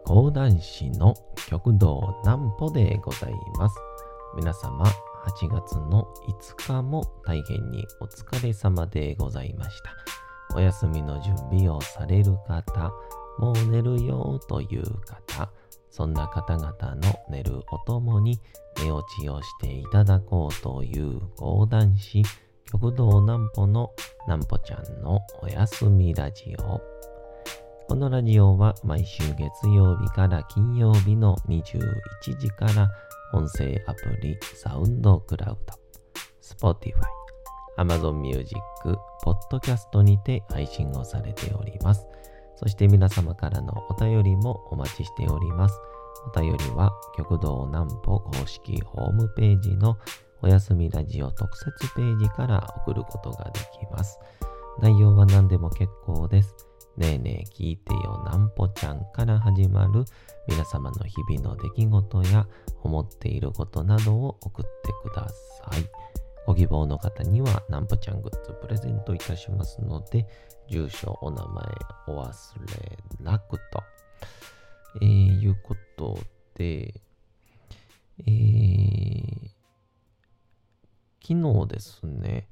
講談師の極道南歩でございます。皆様8月の5日も大変にお疲れ様でございました。お休みの準備をされる方、もう寝るよという方、そんな方々の寝るおともに寝落ちをしていただこうという講談師極道南歩の南歩ちゃんのおやすみラジオ。このラジオは毎週月曜日から金曜日の21時から音声アプリサウンドクラウド、Spotify、Amazon Music、Podcast にて配信をされております。そして皆様からのお便りもお待ちしております。お便りは極道南歩公式ホームページのおやすみラジオ特設ページから送ることができます。内容は何でも結構です。ねえねえ聞いてよなんぽちゃんから始まる皆様の日々の出来事や思っていることなどを送ってください。ご希望の方にはなんぽちゃんグッズプレゼントいたしますので、住所お名前お忘れなくと、いうことで、昨日ですね、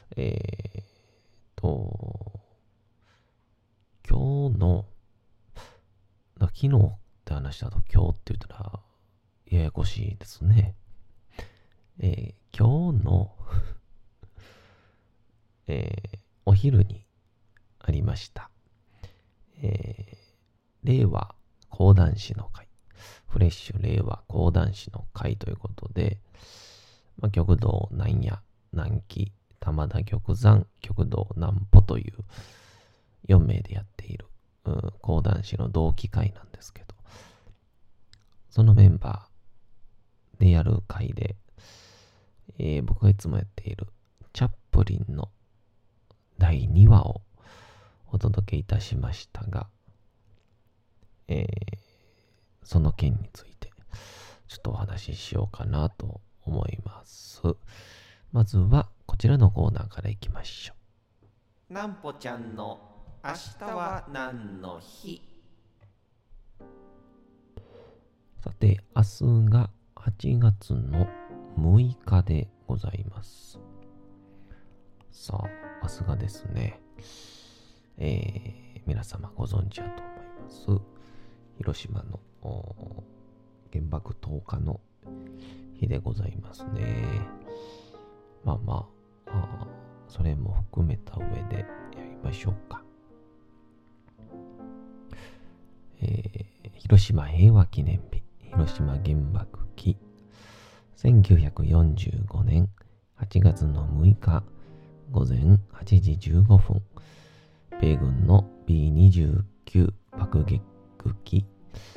昨日って話だと今日って言ったらややこしいですね。今日の、お昼にありました、令和講談師の会、フレッシュ令和講談師の会ということで、極道南野南紀玉田玉山極道南歩という4名でやっている講談師の同期会なんですけど、そのメンバーでやる会で、僕がいつもやっているチャップリンの第2話をお届けいたしましたが、その件についてちょっとお話ししようかなと思います。まずはこちらのコーナーからいきましょう。なんぽちゃんの明日は何の日。さて、明日が8月の6日でございます。さあ、明日がですね、皆様ご存知だと思います。広島の原爆投下の日でございますね。それも含めた上でやりましょうか。広島平和記念日、広島原爆記、1945年8月の6日午前8時15分、米軍の B29 爆撃機、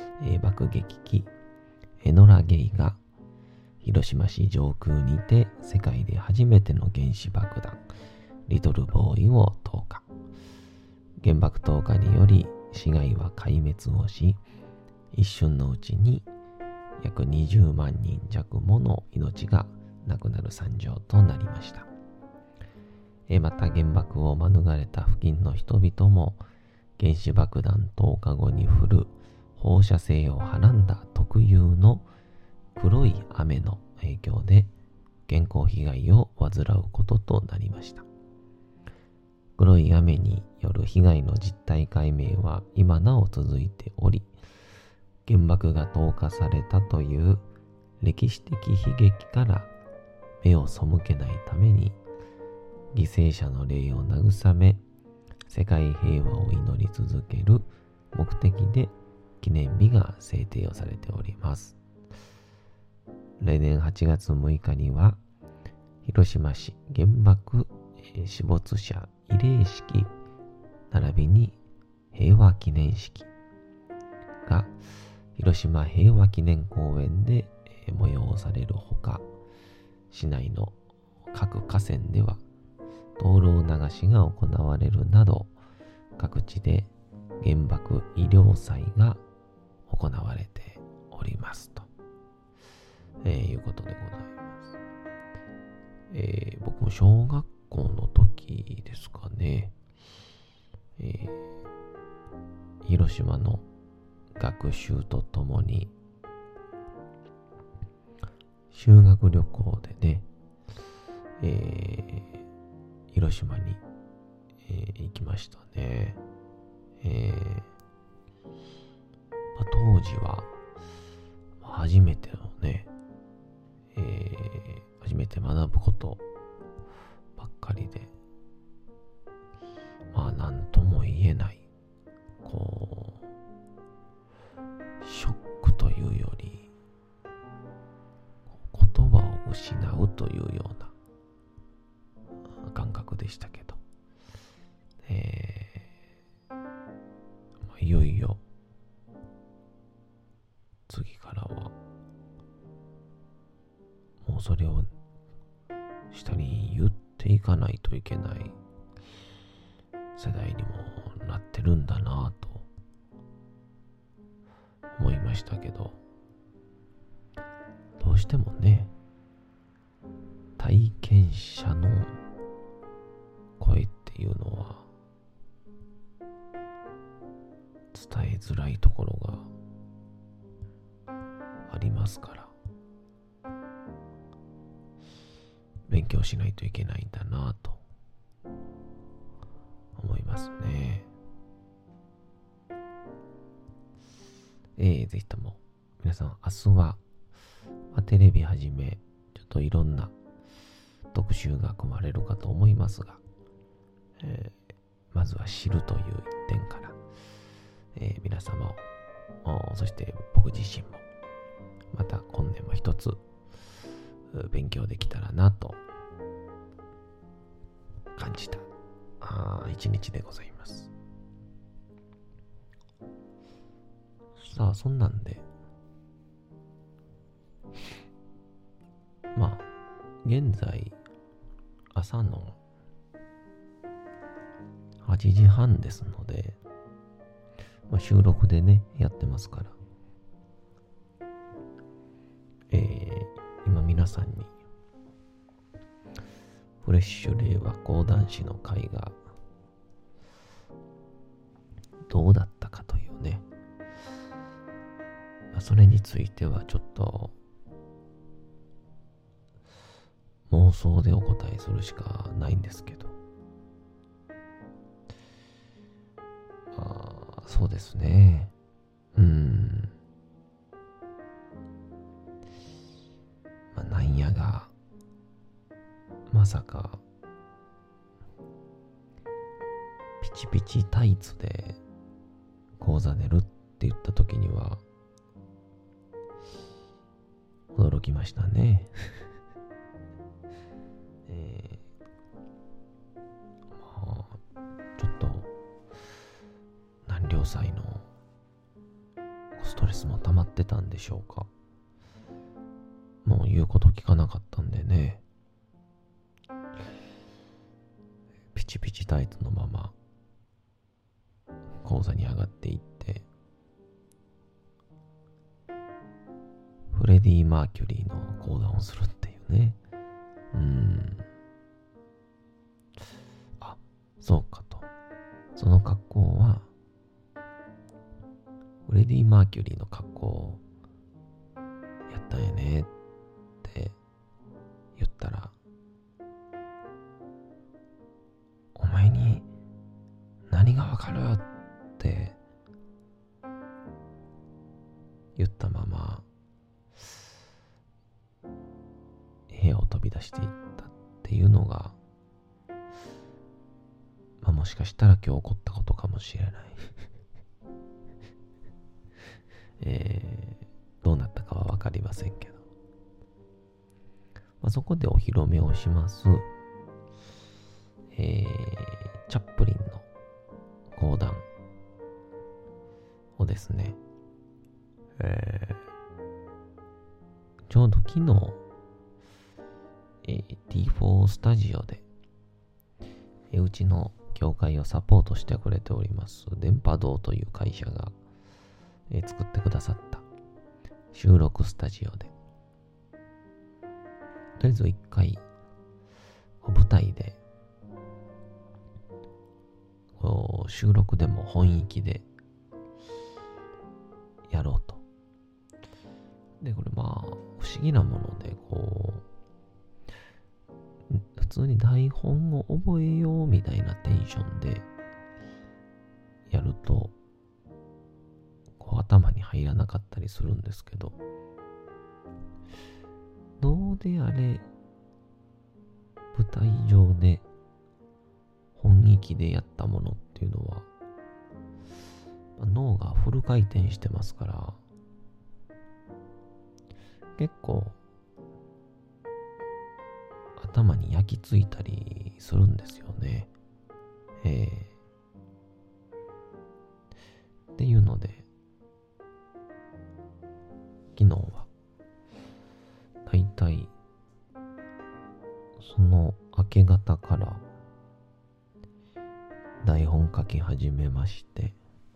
エノラゲイが広島市上空にて世界で初めての原子爆弾リトルボーイを投下。原爆投下により市街は壊滅をし、一瞬のうちに約20万人弱もの命がなくなる惨状となりました。また原爆を免れた付近の人々も原子爆弾投下後に降る放射性をはらんだ特有の黒い雨の影響で健康被害を患うこととなりました。黒い雨による被害の実態解明は今なお続いており、原爆が投下されたという歴史的悲劇から目を背けないために、犠牲者の霊を慰め世界平和を祈り続ける目的で記念日が制定をされております。例年8月6日には広島市原爆死没者慰霊式並びに平和記念式が広島平和記念公園で催されるほか、市内の各河川では灯籠流しが行われるなど、各地で原爆医療祭が行われておりますと、いうことでございます。僕も小学校の時ですかね、広島の学学習とともに修学旅行でね、広島に、行きましたね。当時は初めてのね、初めて学ぶことばっかりで、なんとも言えないショックというより言葉を失うというような感覚でしたけど、いよいよ次からはもうそれを下に言っていかないといけない世代にもなってるんだなぁと思いましたけど、どうしてもね、体験者の声っていうのは伝えづらいところがありますから、勉強しないといけないんだなと思いますね。ぜひとも皆さん明日は、テレビはじめちょっといろんな特集が組まれるかと思いますが、まずは知るという一点から、皆様を、そして僕自身もまた今年も一つ勉強できたらなと感じた一日でございます。さあ、そんなんで現在朝の8時半ですので、収録でねやってますから、今皆さんにフレッシュ令和講談師の会がどうだったかというね、それについてはちょっと妄想でお答えするしかないんですけど、そうですね、なんやがまさかピチピチタイツで講座出るって言った時には驚きましたね。ちょっと難療祭のストレスも溜まってたんでしょうか。もう言うこと聞かなかったんでね、ピチピチタイツのまま講座に上がっていって、フレディ・マーキュリーの講談をするっていうね。そうかと。その格好はフレディ・マーキュリーの格好をやったんやねって言ったら、お前に何がわかるって言ったまま部屋を飛び出していったっていうのが、もしかしたら今日起こったことかもしれない。どうなったかはわかりませんけど、そこでお披露目をします、チャップリンの講談をですね、ちょうど昨日、T4 スタジオで、うちの教会をサポートしてくれております電波堂という会社が、作ってくださった収録スタジオで、とりあえず一回舞台で収録でも本域でやで、これ不思議なもので、普通に台本を覚えようみたいなテンションでやると、頭に入らなかったりするんですけど、どうであれ、舞台上で本気でやったものっていうのは、脳がフル回転してますから、結構頭に焼き付いたりするんですよね。っていうので、昨日はだいたいその明け方から台本書き始めまして、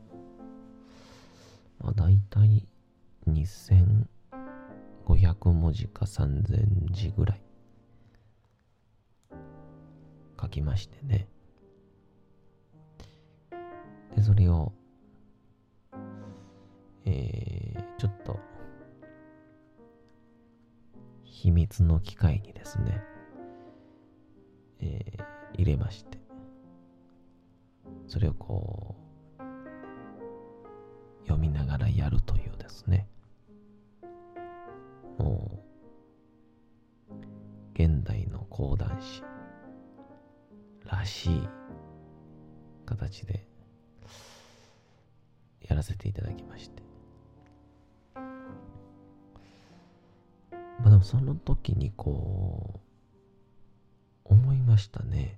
だいたい2500文字か3000字ぐらい書きましてね。で、それをちょっと秘密の機械にですね、入れまして、それを読みながらやるというですね、もう現代の講談師らしい形でやらせていただきまして、でもその時に思いましたね。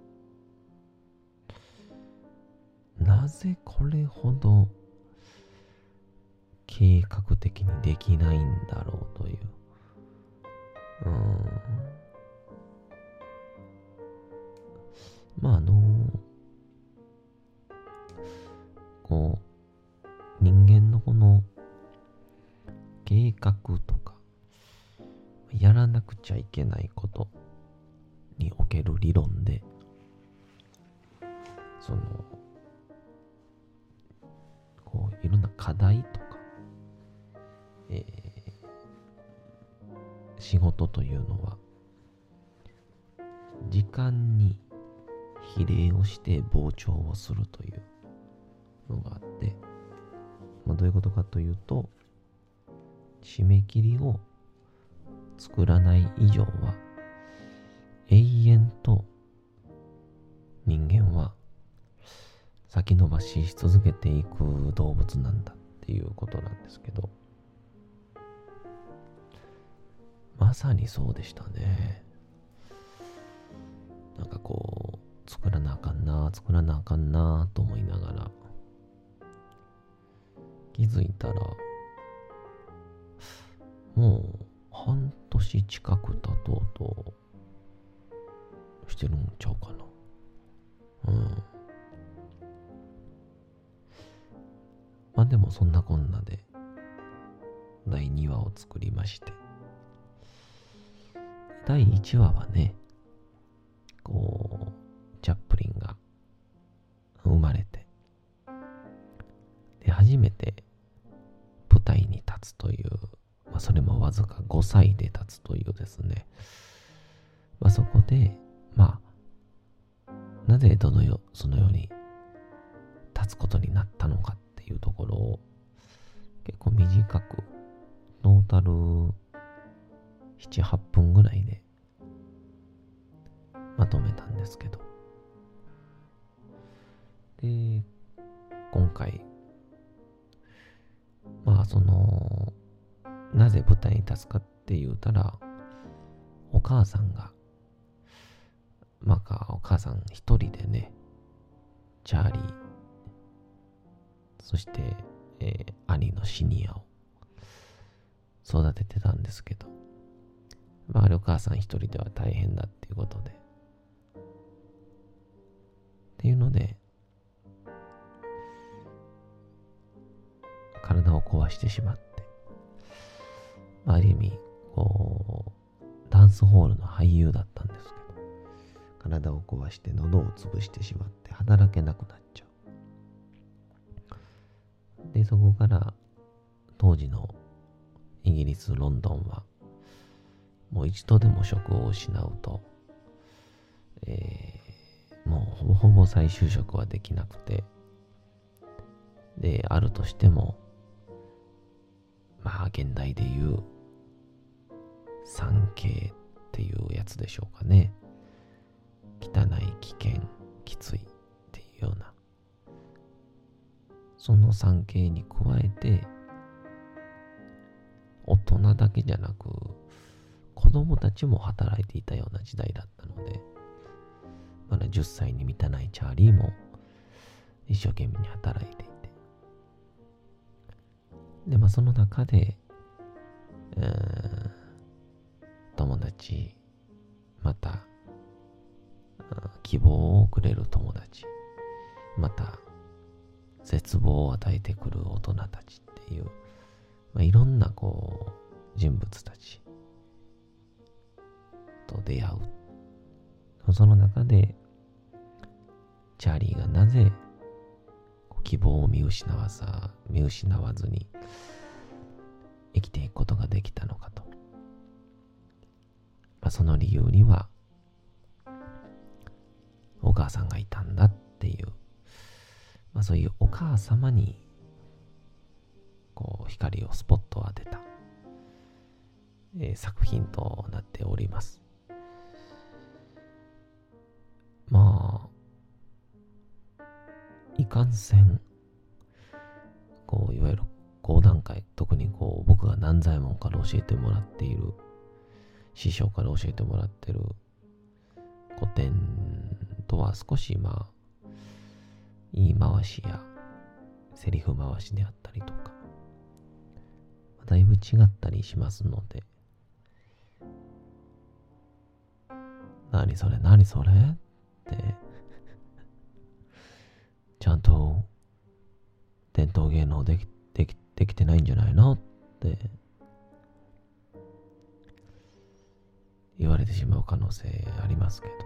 なぜこれほど計画的にできないんだろうという。人間のこの計画とかやらなくちゃいけないことにおける理論で、いろんな課題とか、仕事というのは時間に比例をして膨張をするというのがあって、どういうことかというと、締め切りを作らない以上は永遠と人間は先延ばしし続けていく動物なんだっていうことなんですけど、まさにそうでしたね。作らなあかんなと思いながら、気づいたらもう半年近く経とうとしてるんちゃうかな。でもそんなこんなで第2話を作りまして、第1話はね、チャップリンが生まれて、で初めて舞台に立つという、それもわずか5歳で立つというですね、そこでなぜそのように立つことになったのかっていうところを結構短く、トータル7、8分ぐらいでまとめたんですけど、で今回なぜ舞台に立つかって言うたら、お母さんがお母さん一人でね、チャーリー、そして、兄のシニアを育ててたんですけど、あれお母さん一人では大変だっていうことで、っていうので体を壊してしまって、ある意味ダンスホールの俳優だったんですけど、体を壊して喉を潰してしまって働けなくなっちゃう。でそこから当時のイギリス・ロンドンはもう一度でも職を失うと、もうほぼほぼ再就職はできなくて、であるとしてもまあ現代でいう 3K っていうやつでしょうかね。汚い、危険、きついっていうような、その 3K に加えて大人だけじゃなく子供たちも働いていたような時代だったので、まだ10歳に満たないチャーリーも一生懸命に働いていて、でその中で、友達、また希望をくれる友達、また絶望を与えてくる大人たちっていう、いろんな人物たちと出会う。その中でチャーリーがなぜ希望を見失わずに生きていくことができたのかと。その理由にはお母さんがいたんだっていう、そういうお母様に光をスポットを当てた、作品となっております。いかんせんいわゆる講談会、特に僕が南左衛門から教えてもらっている、師匠から教えてもらっている古典とは少し言い回しやセリフ回しであったりとかだいぶ違ったりしますので、何それってちゃんと伝統芸能できてないんじゃないのって言われてしまう可能性ありますけど、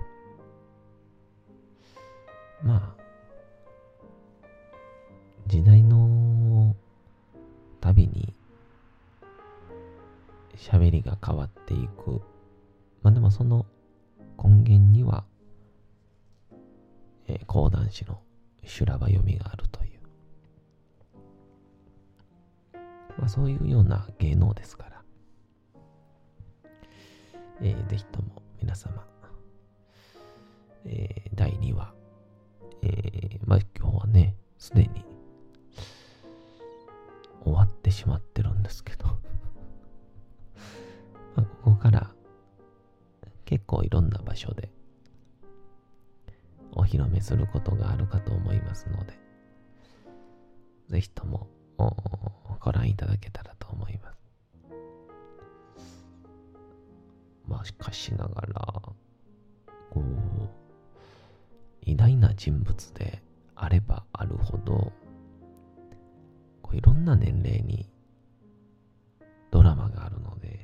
時代のたびに喋りが変わっていく。でもその根源には、講談師の修羅場読みがあるという、そういうような芸能ですから、ぜひとも皆様、第2話、今日はねすでに終わってしまってるんですけどここから結構いろんな場所でお披露目することがあるかと思いますので、ぜひともご覧いただけたらと思います。しかしながら偉大な人物であればあるほどいろんな年齢にドラマがあるので、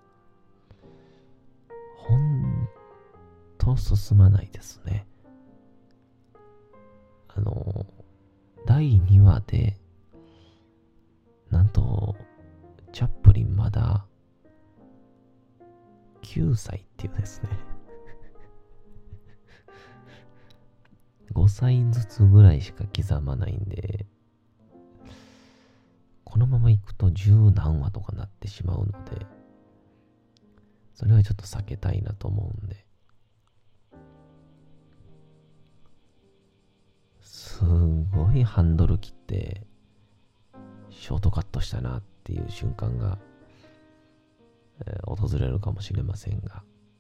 ほんと進まないですね。第2話でなんとチャップリンまだ9歳っていうですね5歳ずつぐらいしか刻まないんで、このままいくと10何話とかなってしまうので、それはちょっと避けたいなと思うんで、すごいハンドル切ってショートカットしたなっていう瞬間が、訪れるかもしれませんが、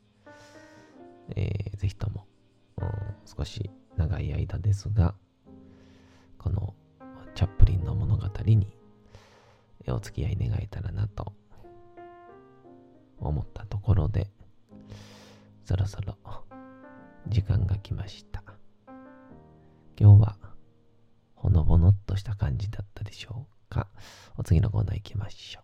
ぜひとも、少し長い間ですがこのチャップリンの物語にお付き合い願えたらなと思ったところで、そろそろ時間が来ました。今日はほのぼのっとした感じだったでしょうか。お次のコーナー行きましょう。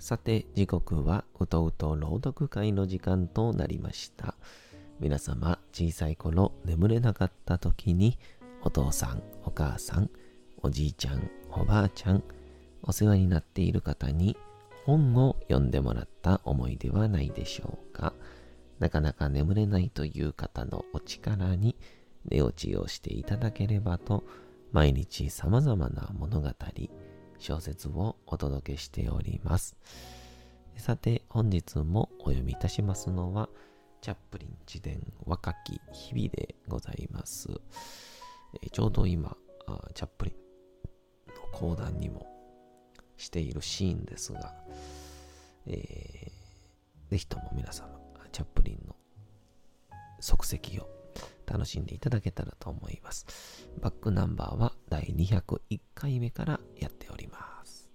さて、時刻はうとうと朗読会の時間となりました。皆様、小さい頃眠れなかった時に、お父さん、お母さん、おじいちゃん、おばあちゃん、お世話になっている方に本を読んでもらった思いではないでしょうか。なかなか眠れないという方のお力に寝落ちをしていただければと、毎日様々な物語、小説をお届けしております。さて、本日もお読みいたしますのは、チャップリン自伝若き日々でございます。ちょうど今、チャップリンの講談にもしているシーンですが、ぜひとも皆様、チャップリンの足跡を楽しんでいただけたらと思います。バックナンバーは第201回目からやっております。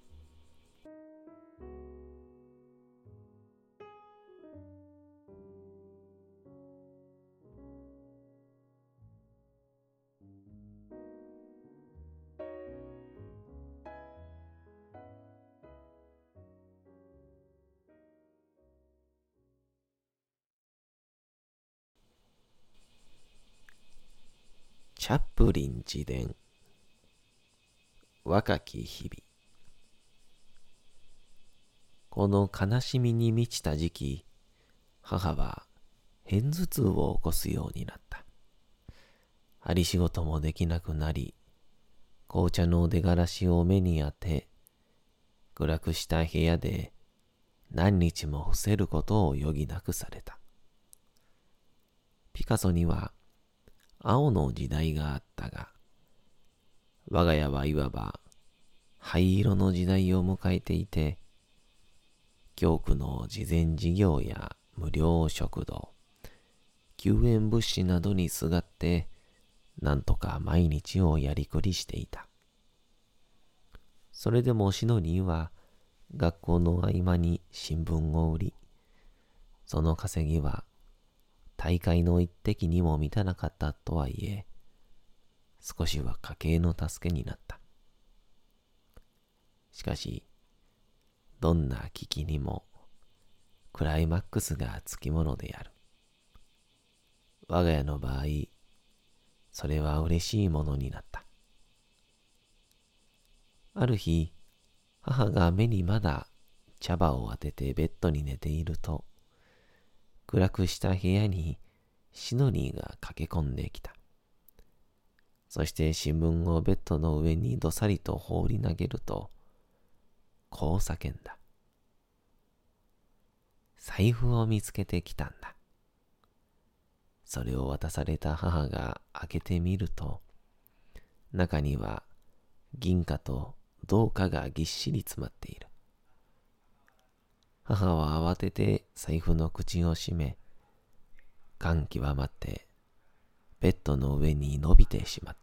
チャップリン自伝若き日々。この悲しみに満ちた時期、母は片頭痛を起こすようになった。針仕事もできなくなり、紅茶の出がらしを目に当て、暗くした部屋で何日も伏せることを余儀なくされた。ピカソには青の時代があったが、我が家はいわば灰色の時代を迎えていて、教区の慈善事業や無料食堂、救援物資などにすがって、なんとか毎日をやりくりしていた。それでもシノニーは学校の合間に新聞を売り、その稼ぎは大会の一滴にも満たなかったとはいえ、少しは家計の助けになった。しかし、どんな危機にもクライマックスがつきものである。我が家の場合、それは嬉しいものになった。ある日、母が目にまだ茶葉を当ててベッドに寝ていると、暗くした部屋にシノニーが駆け込んできた。そして新聞をベッドの上にどさりと放り投げると、こう叫んだ。財布を見つけてきたんだ。それを渡された母が開けてみると、中には銀貨と銅貨がぎっしり詰まっている。母は慌てて財布の口を閉め、感極まってベッドの上に伸びてしまった。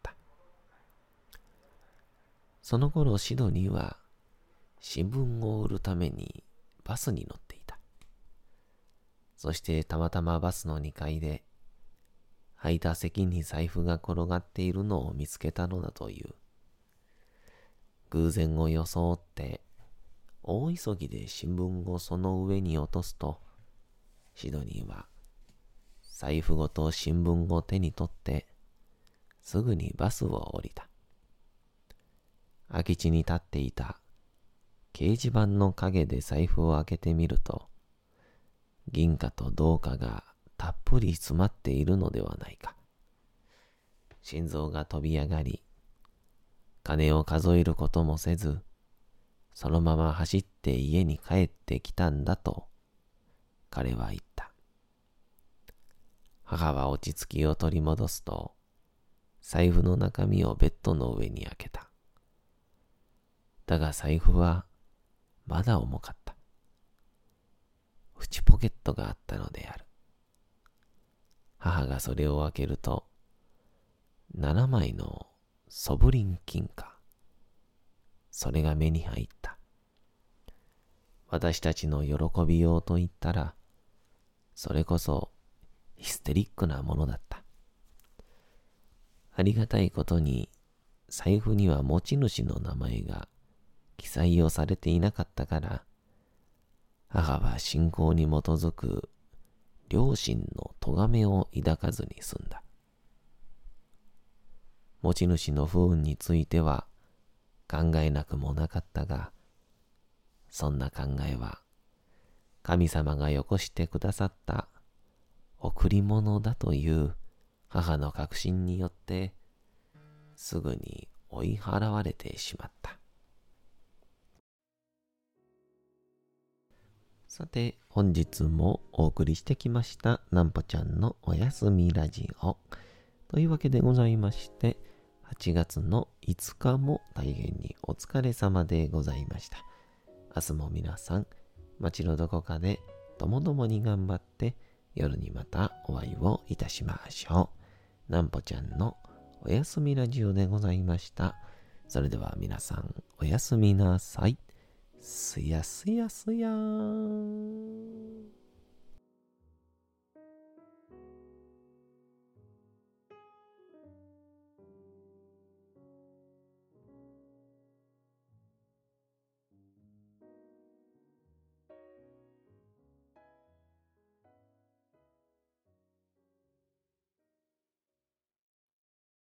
その頃シドニーは新聞を売るためにバスに乗っていた。そしてたまたまバスの2階で空いた席に財布が転がっているのを見つけたのだという。偶然を装って大急ぎで新聞をその上に落とすと、シドニーは財布ごと新聞を手に取ってすぐにバスを降りた。空き地に立っていた掲示板の陰で財布を開けてみると、銀貨と銅貨がたっぷり詰まっているのではないか。心臓が飛び上がり、金を数えることもせず、そのまま走って家に帰ってきたんだと彼は言った。母は落ち着きを取り戻すと、財布の中身をベッドの上に開けた。だが財布はまだ重かった。内ポケットがあったのである。母がそれを開けると、7枚のソブリン金貨。それが目に入った。私たちの喜びようと言ったら、それこそヒステリックなものだった。ありがたいことに、財布には持ち主の名前が記載をされていなかったから、 母は信仰に基づく良心の咎めを抱かずに済んだ。持ち主の不運については考えなくもなかったが、そんな考えは神様がよこしてくださった贈り物だという母の確信によってすぐに追い払われてしまった。さて、本日もお送りしてきましたなんぽちゃんのおやすみラジオというわけでございまして、8月の5日も大変にお疲れ様でございました。明日も皆さん、街のどこかでともどもに頑張って夜にまたお会いをいたしましょう。なんぽちゃんのおやすみラジオでございました。それでは皆さんおやすみなさい。すやすやすやーん。